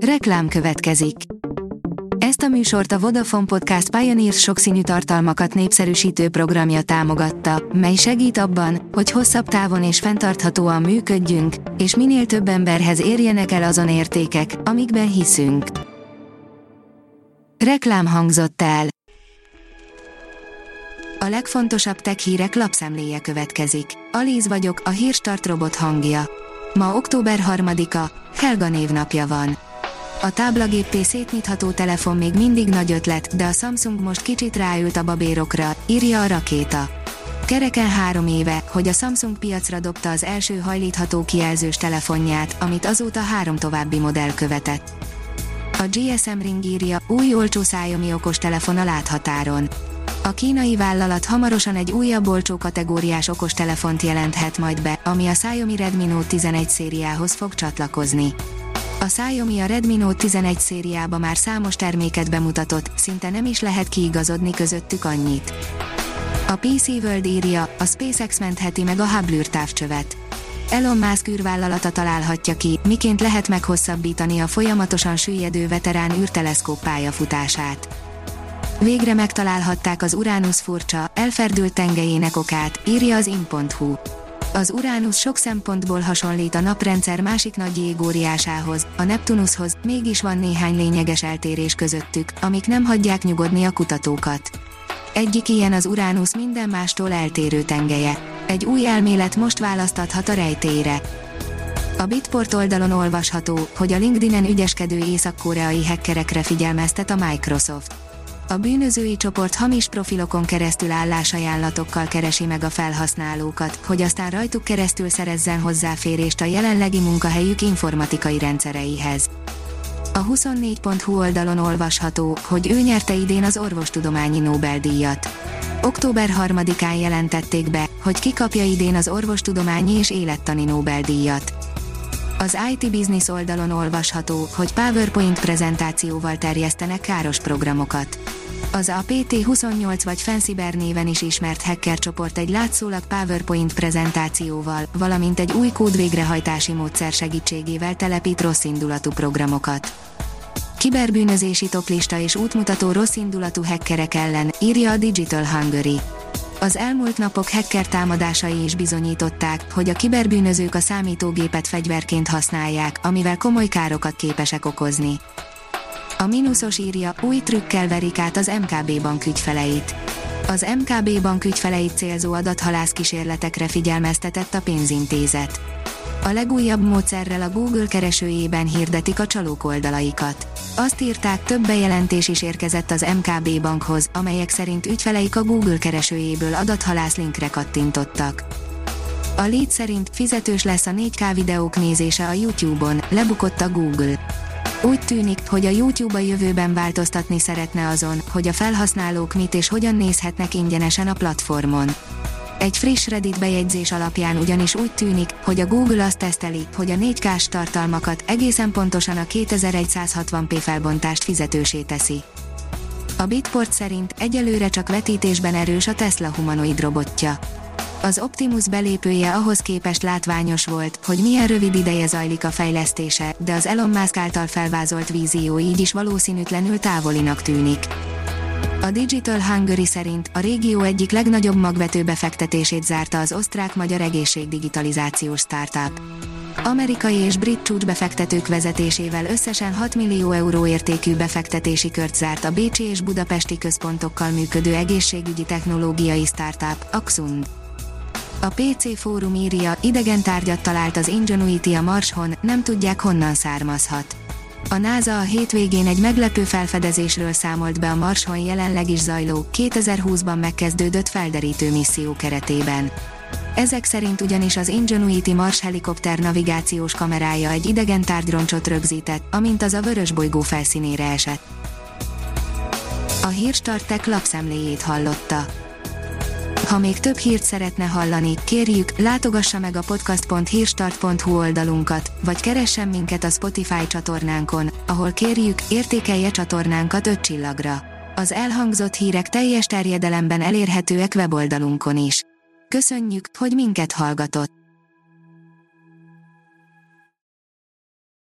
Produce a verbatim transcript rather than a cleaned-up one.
Reklám következik. Ezt a műsort a Vodafone Podcast Pioneers sokszínű tartalmakat népszerűsítő programja támogatta, mely segít abban, hogy hosszabb távon és fenntarthatóan működjünk, és minél több emberhez érjenek el azon értékek, amikben hiszünk. Reklám hangzott el. A legfontosabb tech hírek lapszemléje következik. Alíz vagyok, a Hírstart robot hangja. Ma október harmadika, Helga névnapja van. A táblagéppé szétnyitható telefon még mindig nagy ötlet, de a Samsung most kicsit ráült a babérokra, írja a Rakéta. Kereken három éve, hogy a Samsung piacra dobta az első hajlítható kijelzős telefonját, amit azóta három további modell követett. A gé es em Ring írja, új olcsó Xiaomi okostelefon a láthatáron. A kínai vállalat hamarosan egy újabb olcsó kategóriás okostelefont jelenthet majd be, ami a Xiaomi Redmi Note tizenegy szériához fog csatlakozni. A Xiaomi a Redmi Note tizenegy szériába már számos terméket bemutatott, szinte nem is lehet kiigazodni közöttük annyit. A pé cé World írja, a SpaceX mentheti meg a Hubble űrtávcsövet. Elon Musk űrvállalata találhatja ki, miként lehet meghosszabbítani a folyamatosan süllyedő veterán űrteleszkóp pályafutását. Végre megtalálhatták az Uranus furcsa, elferdült tengelyének okát, írja az in pont hu. Az Uranus sok szempontból hasonlít a naprendszer másik nagy jégóriásához, a Neptunushoz, mégis van néhány lényeges eltérés közöttük, amik nem hagyják nyugodni a kutatókat. Egyik ilyen az Uranus minden mástól eltérő tengelye. Egy új elmélet most választathat a rejtélyre. A Bitport oldalon olvasható, hogy a LinkedIn-en ügyeskedő észak-koreai hackerekre figyelmeztet a Microsoft. A bűnözői csoport hamis profilokon keresztül állásajánlatokkal keresi meg a felhasználókat, hogy aztán rajtuk keresztül szerezzen hozzáférést a jelenlegi munkahelyük informatikai rendszereihez. A huszonnégy pont hu oldalon olvasható, hogy ő nyerte idén az orvostudományi Nobel-díjat. október harmadikán jelentették be, hogy ki kapja idén az orvostudományi és élettani Nobel-díjat. Az i té Business oldalon olvasható, hogy PowerPoint prezentációval terjesztenek káros programokat. Az á pé té huszonnyolc vagy Fancyber néven is ismert hacker csoport egy látszólag PowerPoint prezentációval, valamint egy új kódvégrehajtási módszer segítségével telepít rosszindulatú programokat. Kiberbűnözési toplista és útmutató rosszindulatú hackerek ellen, írja a Digital Hungary. Az elmúlt napok hacker támadásai is bizonyították, hogy a kiberbűnözők a számítógépet fegyverként használják, amivel komoly károkat képesek okozni. A mínuszos írja, új trükkel verik át az em ká bé Bank ügyfeleit. Az em ká bé Bank ügyfeleit célzó adathalász kísérletekre figyelmeztetett a pénzintézet. A legújabb módszerrel a Google keresőjében hirdetik a csalók oldalaikat. Azt írták, több bejelentés is érkezett az em ká bé Bankhoz, amelyek szerint ügyfeleik a Google keresőjéből adathalász linkre kattintottak. A Lead szerint fizetős lesz a négy ká videók nézése a YouTube-on, lebukott a Google. Úgy tűnik, hogy a YouTube a jövőben változtatni szeretne azon, hogy a felhasználók mit és hogyan nézhetnek ingyenesen a platformon. Egy friss Reddit bejegyzés alapján ugyanis úgy tűnik, hogy a Google azt teszteli, hogy a négy ká-s tartalmakat egészen pontosan a kétezer-százhatvan pé felbontást fizetősé teszi. A Bitport szerint egyelőre csak vetítésben erős a Tesla humanoid robotja. Az Optimus belépője ahhoz képest látványos volt, hogy milyen rövid ideje zajlik a fejlesztése, de az Elon Musk által felvázolt vízió így is valószínűtlenül távolinak tűnik. A Digital Hungary szerint a régió egyik legnagyobb magvető befektetését zárta az osztrák-magyar egészségdigitalizációs startup. Amerikai és brit csúcsbefektetők vezetésével összesen hat millió euró értékű befektetési kört zárt a bécsi és budapesti központokkal működő egészségügyi technológiai startup, Axund. A pé cé Fórum írja, idegen tárgyat talált az Ingenuity a Marson, nem tudják honnan származhat. A NASA a hétvégén egy meglepő felfedezésről számolt be a Marson jelenleg is zajló, kétezer-húszban megkezdődött felderítő misszió keretében. Ezek szerint ugyanis az Ingenuity Mars helikopter navigációs kamerája egy idegen tárgyroncsot rögzített, amint az a vörösbolygó felszínére esett. A Hírstart Tech lapszemléjét hallotta. Ha még több hírt szeretne hallani, kérjük, látogassa meg a podcast pont hírstart pont hu oldalunkat, vagy keressen minket a Spotify csatornánkon, ahol kérjük, értékelje csatornánkat öt csillagra. Az elhangzott hírek teljes terjedelemben elérhetőek weboldalunkon is. Köszönjük, hogy minket hallgatott!